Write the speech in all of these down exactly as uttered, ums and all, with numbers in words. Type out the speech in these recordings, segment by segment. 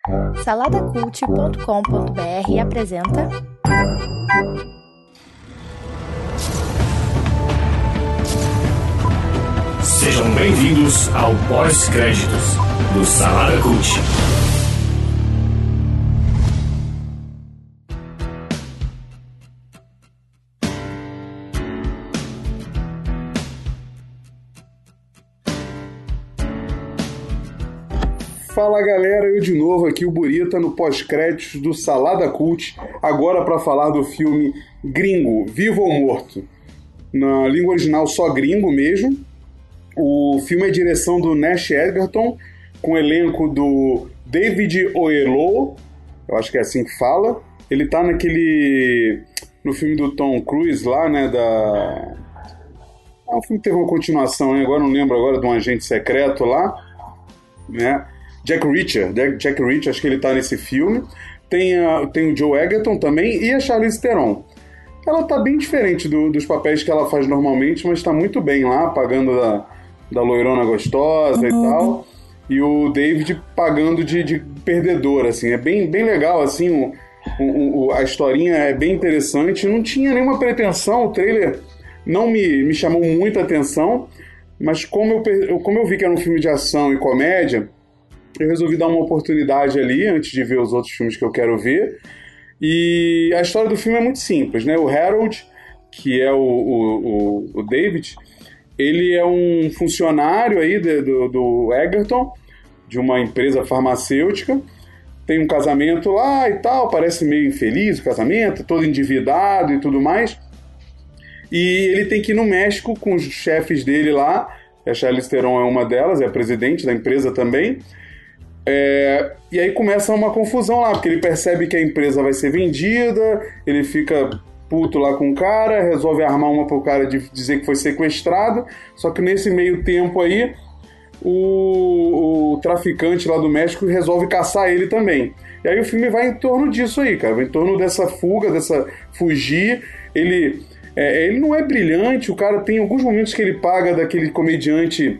salada cult ponto com ponto b r apresenta Sejam bem-vindos ao pós-créditos do Salada Cult. Fala galera, eu de novo aqui, o Burita, no pós-créditos do Salada Cult, agora para falar do filme Gringo, Vivo ou Morto. Na língua original só Gringo mesmo. O filme é direção do Nash Edgerton, com o elenco do David Oyelowo, eu acho que é assim que fala. Ele tá naquele... no filme do Tom Cruise lá, né, da... Ah, o filme teve uma continuação, né? Agora não lembro agora, de um agente secreto lá, né? Jack Reacher, Jack, Jack Reacher, acho que ele tá nesse filme. Tem, a, tem o Joe Edgerton também e a Charlize Theron. Ela tá bem diferente do, dos papéis que ela faz normalmente, mas tá muito bem lá, pagando da, da loirona gostosa uhum. e tal. E o David pagando de, de perdedor, assim. É bem, bem legal, assim, o, o, o, a historinha é bem interessante. Não tinha nenhuma pretensão, o trailer não me, me chamou muita atenção, mas como eu, como eu vi que era um filme de ação e comédia, eu resolvi dar uma oportunidade ali, antes de ver os outros filmes que eu quero ver. E a história do filme é muito simples, né? O Harold, que é o, o, o David, ele é um funcionário aí de, do, do Edgerton, de uma empresa farmacêutica. Tem um casamento lá e tal, parece meio infeliz o casamento, todo endividado e tudo mais. E ele tem que ir no México com os chefes dele lá. A Charlize Theron é uma delas, é a presidente da empresa também. É, e aí começa uma confusão lá, porque ele percebe que a empresa vai ser vendida, ele fica puto lá com o cara, resolve armar uma pro cara de dizer que foi sequestrado, só que nesse meio tempo aí, o, o traficante lá do México resolve caçar ele também. E aí o filme vai em torno disso aí, cara, vai em torno dessa fuga, dessa fugir. Ele, é, ele não é brilhante, o cara tem alguns momentos que ele paga daquele comediantezinho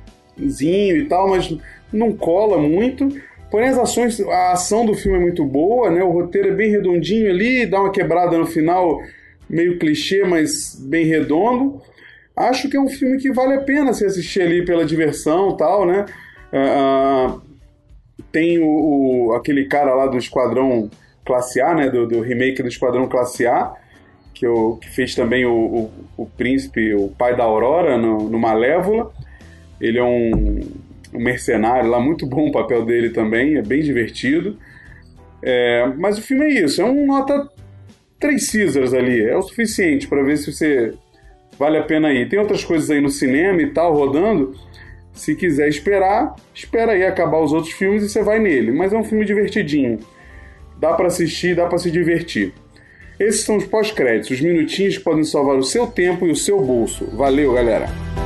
e tal, mas não cola muito, porém as ações, a ação do filme é muito boa, né? O roteiro é bem redondinho ali, dá uma quebrada no final, meio clichê, mas bem redondo. Acho que é um filme que vale a pena se assistir ali pela diversão e tal, né? Uh, tem o, o, aquele cara lá do Esquadrão Classe A, né? Do, do remake do Esquadrão Classe A, que, eu, que fez também o, o, o príncipe, o pai da Aurora no, no Malévola. Ele é um... um mercenário lá, muito bom o papel dele também, é bem divertido. É, mas o filme é isso, é um nota três Caesars ali, é o suficiente para ver se você vale a pena ir. Tem outras coisas aí no cinema e tal, rodando. Se quiser esperar, espera aí acabar os outros filmes e você vai nele. Mas é um filme divertidinho. Dá para assistir, dá para se divertir. Esses são os pós-créditos, os minutinhos que podem salvar o seu tempo e o seu bolso. Valeu, galera!